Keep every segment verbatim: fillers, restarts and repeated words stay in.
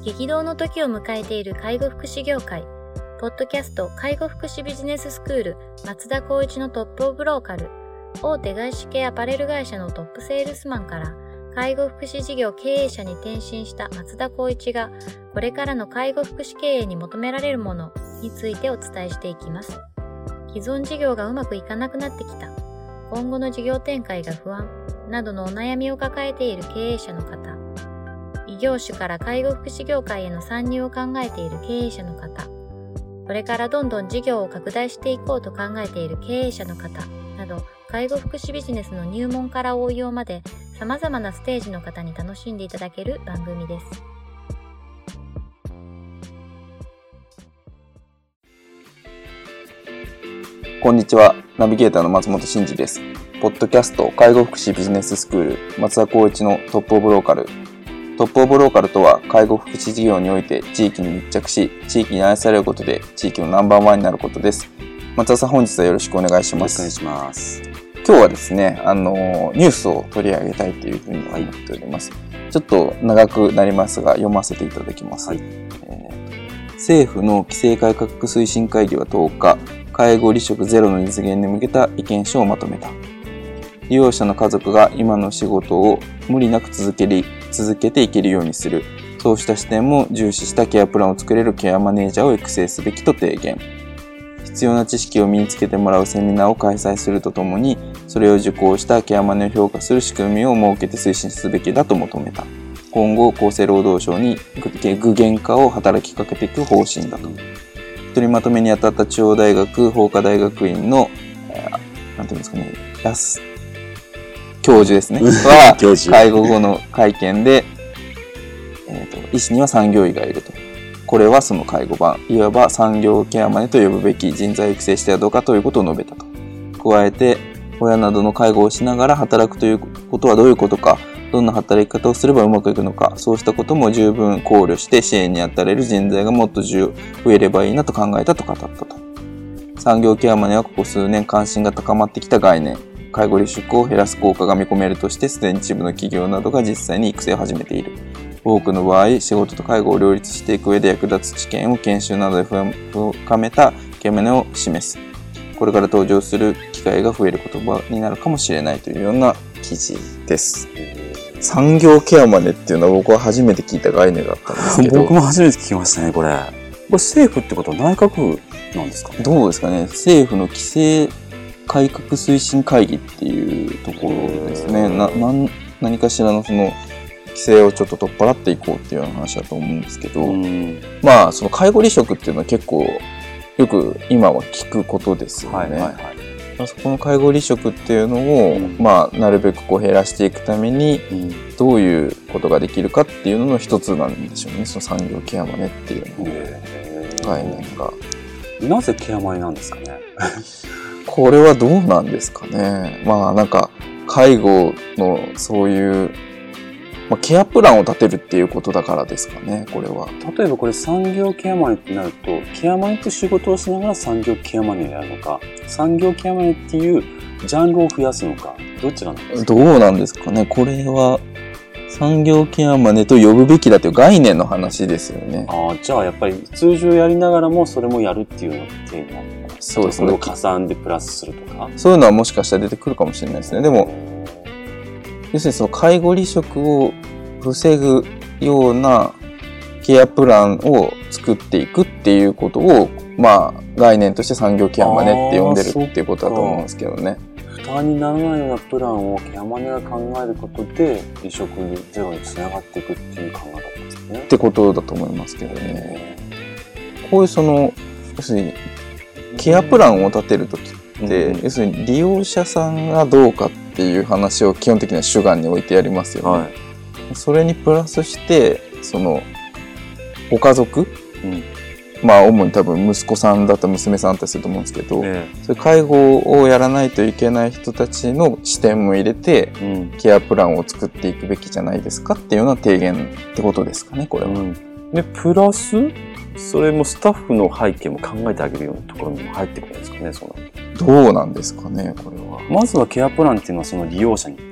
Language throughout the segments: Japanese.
激動の時を迎えている介護福祉業界。ポッドキャスト介護福祉ビジネススクール松田光一のトップオブローカル。大手外資系アパレル会社のトップセールスマンから介護福祉事業経営者に転身した松田光一が、これからの介護福祉経営に求められるものについてお伝えしていきます。既存事業がうまくいかなくなってきた、今後の事業展開が不安などのお悩みを抱えている経営者の方、異業種から介護福祉業界への参入を考えている経営者の方、これからどんどん事業を拡大していこうと考えている経営者の方など、介護福祉ビジネスの入門から応用まで様々なステージの方に楽しんでいただける番組です。 こんにちは、ナビゲーターの松本真嗣です。ポッドキャスト介護福祉ビジネススクール松田光一のトップオブローカル。トップオブローカルとは、介護福祉事業において地域に密着し、地域に愛されることで地域のナンバーワンになることです。松田さん、本日はよろしくお願いします。 よろしくお願いします。 今日はですね、あのニュースを取り上げたいというふうに思っております。ちょっと長くなりますが、読ませていただきます。はい、えー、政府の規制改革推進会議はとおか、介護離職ゼロの実現に向けた意見書をまとめた。利用者の家族が今の仕事を無理なく続けり、続けていけるようにする。そうした視点も重視したケアプランを作れるケアマネージャーを育成すべきと提言。必要な知識を身につけてもらうセミナーを開催するとともに、それを受講したケアマネを評価する仕組みを設けて推進すべきだと求めた。今後、厚生労働省に具現化を働きかけていく方針だと。取りまとめにあたった中央大学法科大学院の、えー、なんていうんですかね、安教授ですね。は、介護後の会見で、えーと、医師には産業医がいると。これはその介護版、いわば産業ケアマネと呼ぶべき人材を育成してはどうかということを述べたと。加えて、親などの介護をしながら働くということはどういうことか、どんな働き方をすればうまくいくのか、そうしたことも十分考慮して支援に当たれる人材がもっと増えればいいなと考えたと語ったと。産業ケアマネはここ数年関心が高まってきた概念、介護離職を減らす効果が見込めるとして、すでに一部の企業などが実際に育成を始めている。多くの場合、仕事と介護を両立していく上で役立つ知見を研修などで深めたケアマネを示す。これから登場する機会が増える言葉になるかもしれないというような記事です。産業ケアマネっていうのは僕は初めて聞いた概念だったんですけど。 僕も初めて聞きましたね、これ。これ政府ってことは内閣府なんですかね。 どうですかね。政府の規制改革推進会議っていうところですね。な、なん、何かしらのその規制をちょっと取っ払っていこうっていうような話だと思うんですけど、まあその介護離職っていうのは結構よく今は聞くことですよね。はいはいはい、そこの介護離職っていうのを、うん、まあなるべくこう減らしていくために、うん、どういうことができるかっていうのの一つなんでしょうね。その産業ケアマネっていうの概念が。 なぜケアマネなんですかね。 これはどうなんですかね。まあなんか介護のそういうまあ、ケアプランを立てるっていうことだからですかね、これは。 例えばこれ産業ケアマネってなると、ケアマネって仕事をしながら産業ケアマネをやるのか、産業ケアマネっていうジャンルを増やすのか、どちらなんですか？ どうなんですかね。これは産業ケアマネと呼ぶべきだという概念の話ですよね。 ああ、じゃあやっぱり通常やりながらもそれもやるっていうのっていうのは、そうですね。それを加算でプラスするとか。 そういうのはもしかしたら出てくるかもしれないですね。でも、要するにその介護離職を防ぐようなケアプランを作っていくっていうことを、まあ概念として産業ケアマネって呼んでるっていうことだと思うんですけどね。 負担にならないようなプランをケアマネが考えることで離職にゼロにつながっていくっていう考え方ですね。 ってことだと思いますけどね。こういうその要するにケアプランを立てるときって、うん、要するに利用者さんがどうかっていう話を基本的には主眼に置いてやりますよね。はい、それにプラスしてそのご家族、うん、まあ主に多分息子さんだった娘さんだったりすると思うんですけど、ね、そういう介護をやらないといけない人たちの視点も入れて、うん、ケアプランを作っていくべきじゃないですかっていうような提言ってことですかね、これは。うん、 でプラスそれもスタッフの背景も考えてあげるようなところにも入ってくるんですかね。そのどうなんですかね、これは。 まずはケアプランっていうのはその利用者に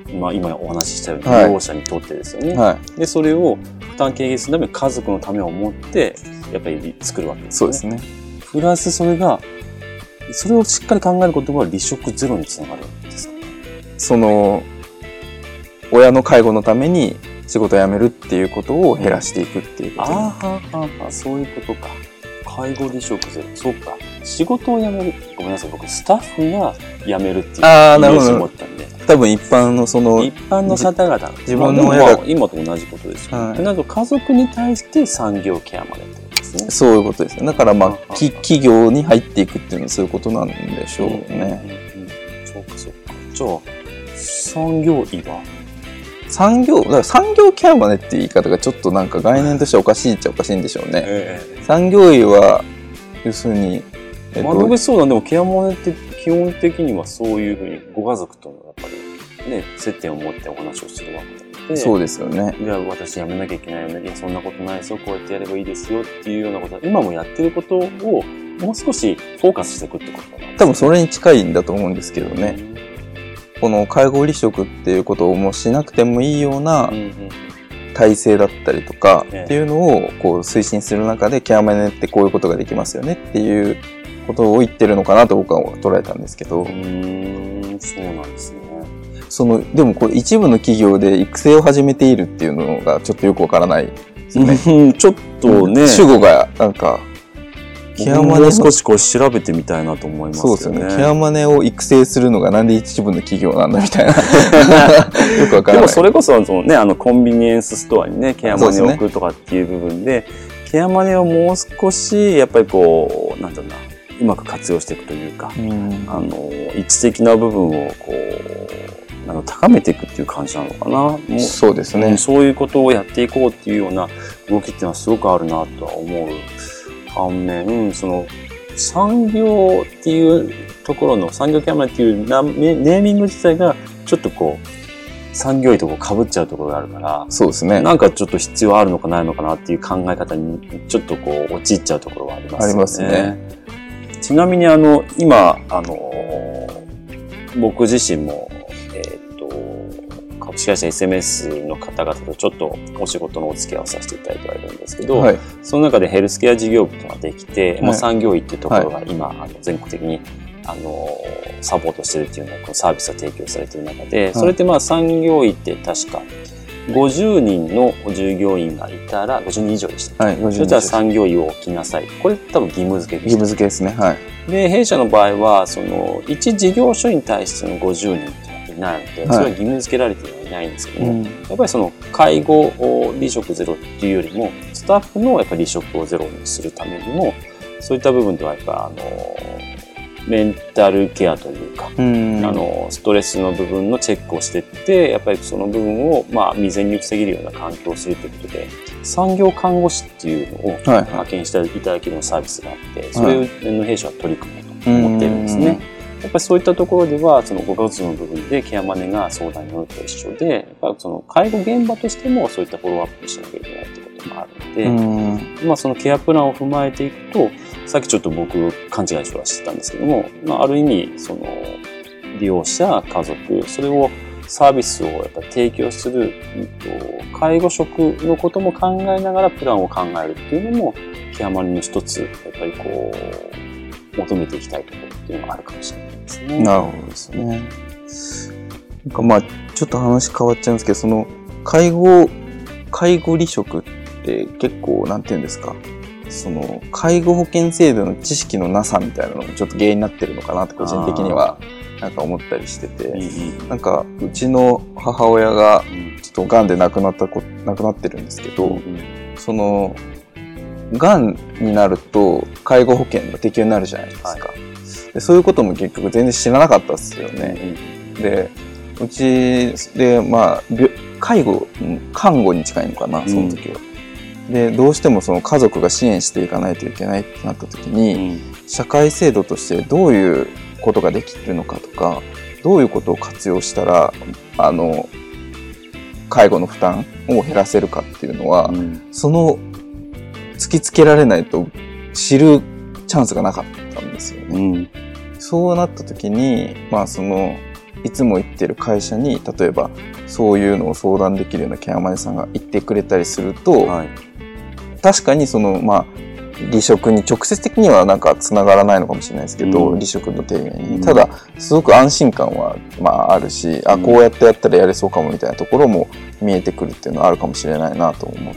まあ、今お話ししたようにはい利用者にとってですよね。 はでそれを負担軽減するために家族のためを思ってやっぱり作るわけでい。 すよね。 そうですね。 プラスそれがそれをしっかり考えることが離職ゼロにつながるんですか？ その、親の介護のために仕事を辞めるっていうことを減らしていくっていうことに、 ああ、はあ、はあ、そういうことか。介護離職ゼロ。そうか。仕事を辞める。ごめんなさい。僕、スタッフが辞めるっていうイメあーなるほどージを持ったんで。 多分一般のその、 一般の方々。 自分の親がまあでもまあ今と同じことですよ。 はいってなると、家族に対して産業ケアまでってことですね。 そういうことですね。だからまうんあ、き企業に入っていくっていうのはそういうことなんでしょうね。 うんうんうん。そうか、そうか。じゃあ、産業医は産業、だから産業ケアマネっていう言い方がちょっとなんか概念としておかしいっちゃおかしいんでしょうね。 え産業医は、要するに、ええ。 っ窓と、 口相談でもケアマネって基本的にはそういうふうにご家族とのやっぱりね、接点を持ってお話をするわけなので。 そうですよね。 じゃあ私辞めなきゃいけないよね。いや、そんなことないですよ。こうやってやればいいですよっていうようなことは、今もやってることをもう少しフォーカスしていくってことなんですね。 多分それに近いんだと思うんですけどね。 うんこの介護離職っていうことをもうしなくてもいいようなうんうん体制だったりとかええっていうのをこう推進する中でケアマネってこういうことができますよねっていうことを言ってるのかなと僕は捉えたんですけど、 うーん、そうなんですね。 その、でもこれ一部の企業で育成を始めているっていうのがちょっとよくわからないですよね。 うんちょっとね、 主語がなんか、ケアマネもう少しこう調べてみたいなと思いますそうよね。 ですよね。ケアマネを育成するのがなんで一部の企業なんだみたいな。よくわからない。 でもそれこそそのね、あのコンビニエンスストアにね、ケアマネを置くとかっていう部分で、ケアマネをもう少しやっぱりこうなんだろうな、うまく活用していくというか、 うんあの一的な部分をこうあの高めていくっていう感じなのかな。もうそうですねうん。そういうことをやっていこうっていうような動きっていうのはすごくあるなとは思う反面、その産業っていうところの産業ケアマネっていうなネーミング自体がちょっとこう産業医とこう被っちゃうところがあるから、 そうですね。 なんかちょっと必要あるのかないのかなっていう考え方にちょっとこう陥っちゃうところはありますよね。 ありますね。 ちなみにあの今あの僕自身もえーっと株式会社 エスエムエス の方々とちょっとお仕事のお付き合いをさせていただいてはいるんですけど、 はい。 その中でヘルスケア事業部というのができて、 はいまあ、産業医っていうところが今、あの全国的にあのサポートしてるっていうようなこのサービスが提供されている中で、それってまあ産業医って確かごじゅうにんの従業員がいたらごじゅうにん以上でした。 はい。 そしたら産業医を置きなさい。これ多分義務付けで義した。 務付けですね。はい。 で、弊社の場合は、その、一事業所に対してのごじゅうにんっていうのはいないので、 はいそれは義務付けられてはいないんですけども、 うんやっぱりその、介護離職ゼロっていうよりも、スタッフのやっぱり離職をゼロにするためにも、そういった部分ではやっぱ、あの、メンタルケアというか、 うんあの、ストレスの部分のチェックをしていって、やっぱりその部分を、まあ、未然に防げるような環境をするということで、産業看護師っていうのをはい。 派遣していただけるようなサービスがあって、それの弊社は取り組もうと思っているんですね。やっぱりそういったところでは、そのご家族の部分でケアマネが相談に乗ると一緒で、やっぱりその介護現場としてもそういったフォローアップしなきゃいけないってこともあるので、 うんまあそのケアプランを踏まえていくと、さっきちょっと僕勘違いはしてたんですけども、まあある意味、その利用者、家族、それをサービスをやっぱ提供する、うんと介護職のことも考えながらプランを考えるっていうのも、ケアマネの一つ、やっぱりこう、求めていきたいところっていうのがあるかもしれないですね。 なるほどですね。なんかまあ、ちょっと話変わっちゃうんですけど、その、介護、介護離職って結構、なんていうんですか、その、介護保険制度の知識のなさみたいなのもちょっと原因になってるのかなって個人的には、なんか思ったりしてて、 うんうんなんか、うちの母親が、 うんちょっと癌で亡くなったこ、亡くなってるんですけど、 うんその、癌になると介護保険の適用になるじゃないですか、 はで。そういうことも結局全然知らなかったですよね。で、うちで、まあ、病介護、看護に近いのかな、その時は。で、どうしてもその家族が支援していかないといけないってなった時に、 うん社会制度としてどういうことができるのかとか、どういうことを活用したら、あの、介護の負担を減らせるかっていうのは、 うんその突きつけられないと知るチャンスがなかったんですよね。 うんそうなった時に、まあそのいつも行ってる会社に例えばそういうのを相談できるようなケアマネさんが行ってくれたりすると、はい、確かにそのまあ離職に直接的にはなんかつながらないのかもしれないですけど、うん、離職の提言に、うん、ただすごく安心感はまああるし、うん、あこうやってやったらやれそうかもみたいなところも見えてくるっていうのはあるかもしれないなと思って、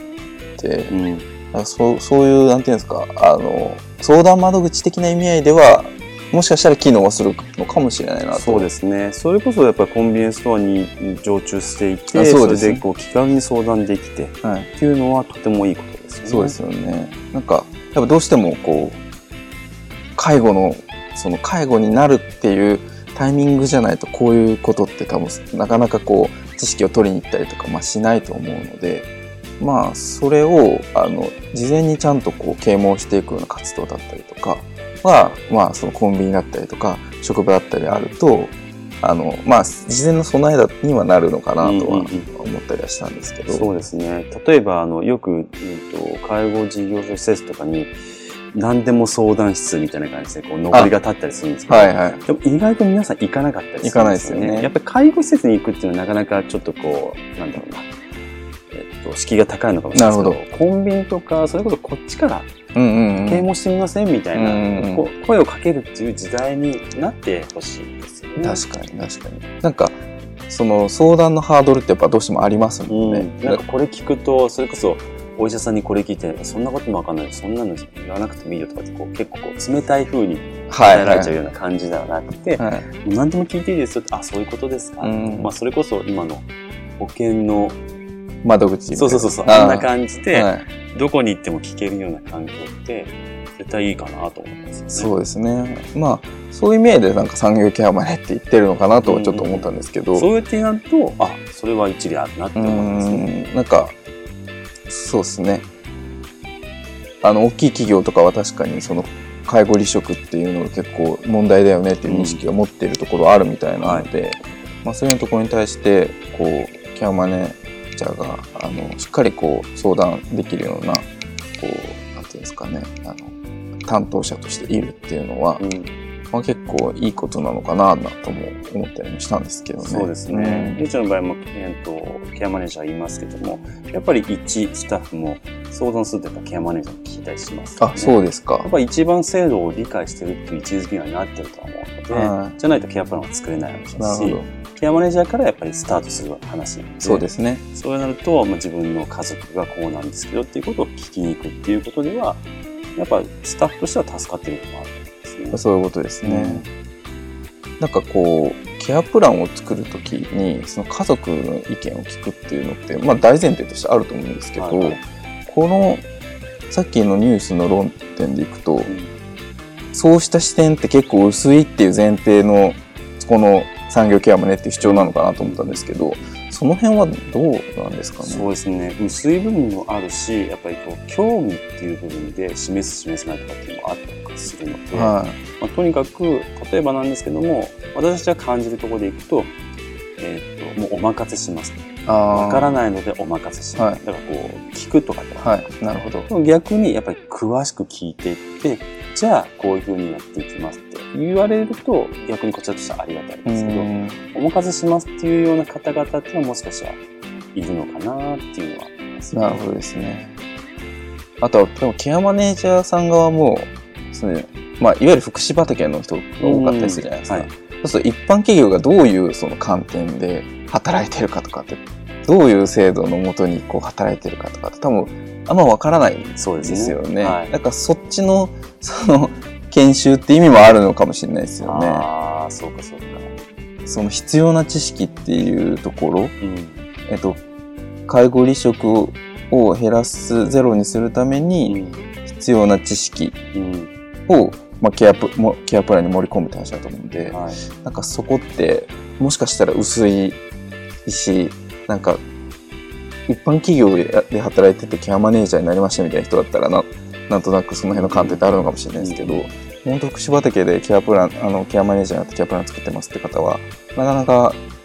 うん、だからそう、そういうなんていうんですか、あの相談窓口的な意味合いではもしかしたら機能はするのかもしれないなと。 そうですね。それこそやっぱりコンビニエンスストアに常駐していて、それでこう気軽に相談できて、はい、っていうのはとてもいいことですよね。 そうですよね。なんかやっぱどうしてもこう介護のその介護になるっていうタイミングじゃないとこういうことって多分なかなかこう知識を取りに行ったりとかまあしないと思うので、まあそれをあの事前にちゃんとこう啓蒙していくような活動だったりとかはまあそのコンビニだったりとか職場だったりあるとあのまあ事前の備えにはなるのかなとは思ったりはしたんですけど、 うんうん、そうですね。例えばあのよく、うん、と介護事業所施設とかに何でも相談室みたいな感じでこう上りが立ったりするんですけど、はいはい、でも意外と皆さん行かなかったりするんですよね。行かないですよね。やっぱり介護施設に行くっていうのはなかなかちょっとこうなんだろうな、えっと敷居が高いのかもしれないですけど、コンビニとかそれこそこっちから啓蒙してみませんみたいな、うんうん、声をかけるっていう時代になってほしいですよね。 確かに確かに。なんかその相談のハードルってやっぱどうしてもありますもんね。うん、 なんかこれ聞くとそれこそお医者さんにこれ聞いてそんなこともわかんない、そんなの言わなくてもいいよとかってこう結構こう冷たい風に答えられちゃうような感じではなくて、はいはい、もう何でも聞いていいですよって、あそういうことですか、うん、まあそれこそ今の保険の窓口、 そうそうそうそう、あんな感じで、はい、どこに行っても聞けるような環境って絶対いいかなと思いますよね。 そうですね。まあそういう意味でなんか産業ケアマネって言ってるのかなとはちょっと思ったんですけど、 うんうん、そうやってやるとあそれは一理あるなって思いますね。 なんかそうですね。あの大きい企業とかは確かにその介護離職っていうのが結構問題だよねっていう認識を持っているところあるみたいなので、うんはい、まあそういうところに対してこうケアマネージャーがあのしっかりこう相談できるようなこうなんていうんですかね、あの担当者としているっていうのは、うんまあ、結構いいことなのかなとも思ったりもしたんですけどね。 そうですね。ゆうちゃんの場合も、えー、とケアマネージャー言いますけども、やっぱり一スタッフも相談するとやっぱケアマネージャーに聞いたりしますよね。 あ、そうですか。 やっぱり一番制度を理解してるっていう位置づけにはなってるとは思うので、はい、じゃないとケアプランは作れない話ですし、ケアマネージャーからやっぱりスタートする話なので、 そうですね。 そうなると、まあ、自分の家族がこうなんですけどっていうことを聞きに行くっていうことでは、やっぱりスタッフとしては助かっているところもあるんですね。 そういうことですね。うんなんかこうケアプランを作るときにその家族の意見を聞くっていうのって、まあ、大前提としてあると思うんですけど、はい、このさっきのニュースの論点でいくと、うん、そうした視点って結構薄いっていう前提のこの産業ケアマネっていう主張なのかなと思ったんですけど、その辺はどうなんですかね。 そうですね。薄い部分もあるし、やっぱりこう興味っていう部分で示す示さないとかっていうのもあったりとかするので、はいまあ、とにかく例えばなんですけども、私たちが感じるところでいくと、えー、っともうお任せします。わからないのでお任せします。はい、だからこう聞くとかって、 はい、なるほど。 逆にやっぱり詳しく聞いていって、じゃあこういうふうにやっていきますって言われると逆にこちらとしてはありがたいんですけど、お任せしますっていうような方々っていうのはもしかしたらいるのかなっていうのはあります、 ね。なるほどですね。あとはでもケアマネージャーさん側もその、まあ、いわゆる福祉畑の人が多かったりするじゃないですか。はい、そうすると一般企業がどういうその観点で働いてるかとかってどういう制度のもとにこう働いてるかとかって多分あんま分からないですよね。そうですね。はい、だからそっちのその研修って意味もあるのかもしれないですよね。 ああ、そうかそうか。 その必要な知識っていうところ、うん、えっと介護離職を減らすゼロにするために必要な知識を、まあ、ケアプ、ケアプランに盛り込むって話だと思うんで、はい、なんかそこってもしかしたら薄いし、なんか一般企業で働いててケアマネージャーになりましたみたいな人だったら な, なんとなくその辺の観点ってあるのかもしれないですけど、うん、本当福祉畑でケアプランあのケアマネージャーになってケアプラン作ってますって方はなかなか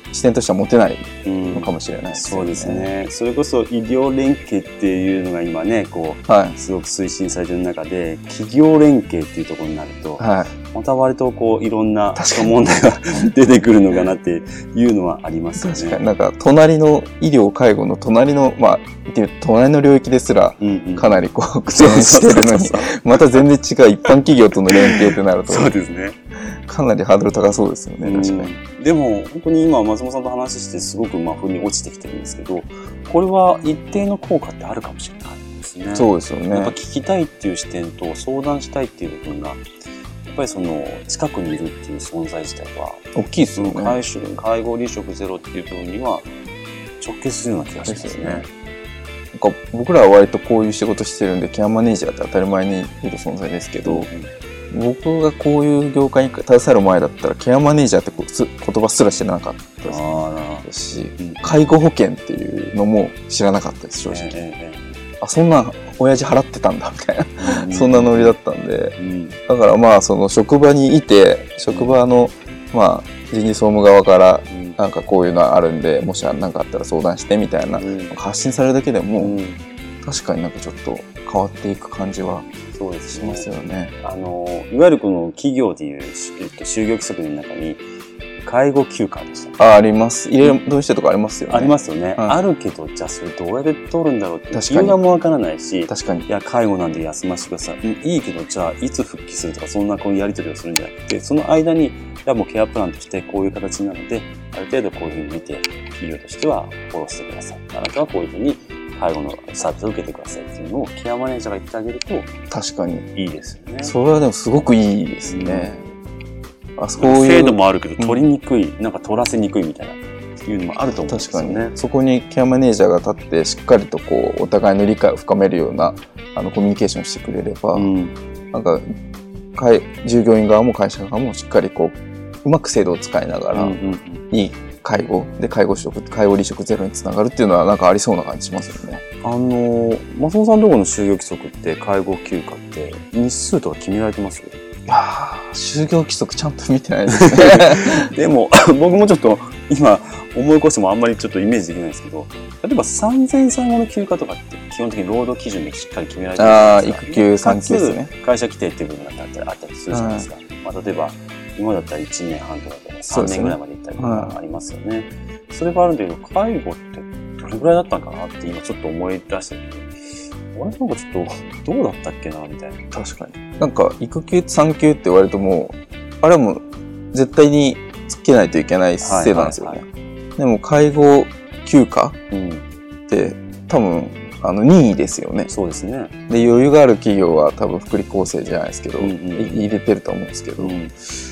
視点としては持てないのかもしれないですね、 うん、そうですね。それこそ医療連携っていうのが今ねこう、はい、すごく推進されている中で企業連携っていうところになると、はい、また割とこういろんな問題が出てくるのかなっていうのはありますよね。 確かになんか隣の医療介護の隣のまあ言って隣の領域ですらかなりこう苦戦してるのにまた全然違う一般企業との連携ってなるとそうですね。 かなりハードル高そうですよね。確かに。 でも本当に今松本さんと話してすごくまあ腑に落ちてきてるんですけど、これは一定の効果ってあるかもしれないですね。 そうですよね。 やっぱ聞きたいっていう視点と相談したいっていう部分がやっぱりその近くにいるっていう存在自体は大きいですよね。 介介護離職ゼロっていう部分には直結するような気がしますね。なんか僕らは割とこういう仕事してるんでケアマネージャーって当たり前にいる存在ですけど、うん、僕がこういう業界に携わる前だったらケアマネージャーってこうす言葉すら知らなかったですし、うん、介護保険っていうのも知らなかったです正直、えー、あそんな親父払ってたんだみたいな、うん、そんなノリだったんで、うん、だからまあその職場にいて職場のまあ人事総務側からなんかこういうのあるんでもし何かあったら相談してみたいな、うん、発信されるだけでも、うん、確かになんかちょっと変わっていく感じはそうですしますよね。 あのいわゆるこの企業でいう、えっと、就業規則の中に介護休暇でした、ね、 あ, あります入れるどうしてとかありますよね。 ありますよね、うん、あるけどじゃあそれどうやって取るんだろうって理由がもわからないし、 確かにいや介護なんで休ませてください、うん、いいけどじゃあいつ復帰するとかそんなこうやり取りをするんじゃなくて、その間にいやもうケアプランとしてこういう形なのである程度こういうふうに見て企業としてはフォローしてください、あなたはこういうふうに介護のサービスを受けてくださいっていうのをケアマネージャーが言ってあげると確かにいいですよね。 それはでもすごくいいですね、 うん、あそこいう制度もあるけど取りにくい、うん、なんか取らせにくいみたいないうのもあると思うんですよね。 確かにそこにケアマネージャーが立ってしっかりとこうお互いの理解を深めるようなあのコミュニケーションしてくれれば、うん、なんか従業員側も会社側もしっかりこううまく制度を使いながら、うんうんうん、いい介護で介護職介護離職ゼロにつながるっていうのはなんかありそうな感じしますよね。 あの松本さんのところの就業規則って介護休暇って日数とか決められてます？ いや就業規則ちゃんと見てないですねでも僕もちょっと今思い起こしてもあんまりちょっとイメージできないんですけど、例えば産前産後の休暇とかって基本的に労働基準でしっかり決められてるじゃないですか。 あ育休産休ですね。 会社規定っていう部分があったり、あったりするじゃないですか、まあ、例えば今だったらいちねんはんとかでさんねんぐらいまで行ったりとかありますよね。 そ, それがあるんだけど介護ってどれぐらいだったのかなって今ちょっと思い出してるんで、あれなんかちょっとどうだったっけなみたいな。 確かになんか育休産休って割ともうあれはもう絶対につけないといけない制度なんですよね、はいはいはい、でも介護休暇って、うん、多分あの任意ですよね。 そうですね。 で余裕がある企業は多分福利厚生じゃないですけど、うんうん、入れてると思うんですけど、うんうん、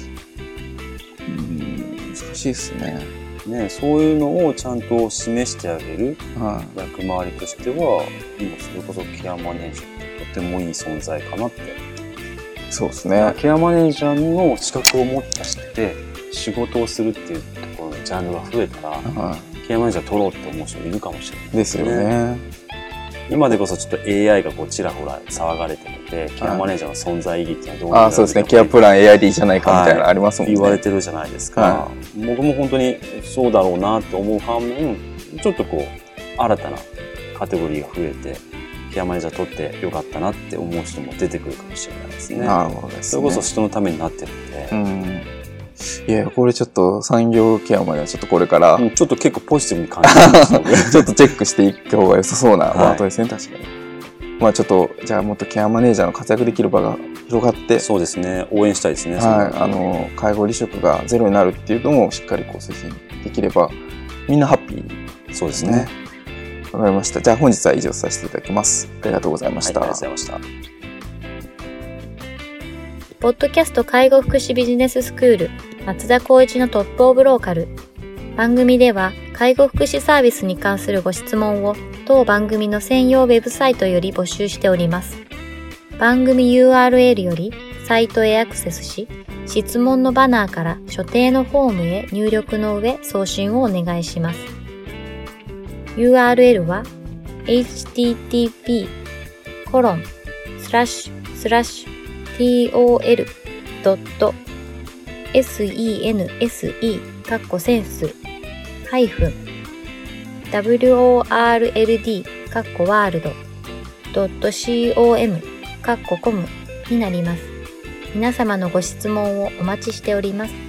難しいですね。 ね、そういうのをちゃんと示してあげる役回りとしては、今それこそケアマネージャーってとてもいい存在かなって。 そうですね。 ケアマネージャーの資格を持った人で仕事をするっていうところのジャンルが増えたら、ケアマネージャー取ろうって思う人もいるかもしれないですよね。 今でこそちょっと エーアイ がこうちらほら騒がれてて、ケアマネージャーの存在意義っていうのはどうなんだろう。あ、 そうですね。ケアプラン エーアイ でいいじゃないかみたいなのありますもんね、 はい。言われてるじゃないですか、はい。僕も本当にそうだろうなって思う反面、ちょっとこう新たなカテゴリーが増えて、ケアマネージャー取ってよかったなって思う人も出てくるかもしれないですね。 なるほどですね。 それこそ人のためになってるんで。うんいやこれちょっと産業ケアまではちょっとこれから、 うん、ちょっと結構ポジティブに感じてますのでちょっとチェックしていった方が良さそうなワードですね、はい、確かに。まあちょっとじゃあもっとケアマネージャーの活躍できる場が広がって、 そうですね、応援したいですね。 はい、あの介護離職がゼロになるっていうのもしっかりこう推進できればみんなハッピー、 そうですね。 わかりました。じゃあ本日は以上させていただきます。ありがとうございました。 はい、ありがとうございました。 ポッドキャスト介護福祉ビジネススクール松田光一のトップオブローカル。番組では介護福祉サービスに関するご質問を当番組の専用ウェブサイトより募集しております。番組 ユーアールエル よりサイトへアクセスし、質問のバナーから所定のフォームへ入力の上送信をお願いします。ユーアールエル は エイチティーティーピーコロンスラッシュスラッシュ tol.sense かっこセンスハイフン world かっこワールド .com かっこコムになります。皆様のご質問をお待ちしております。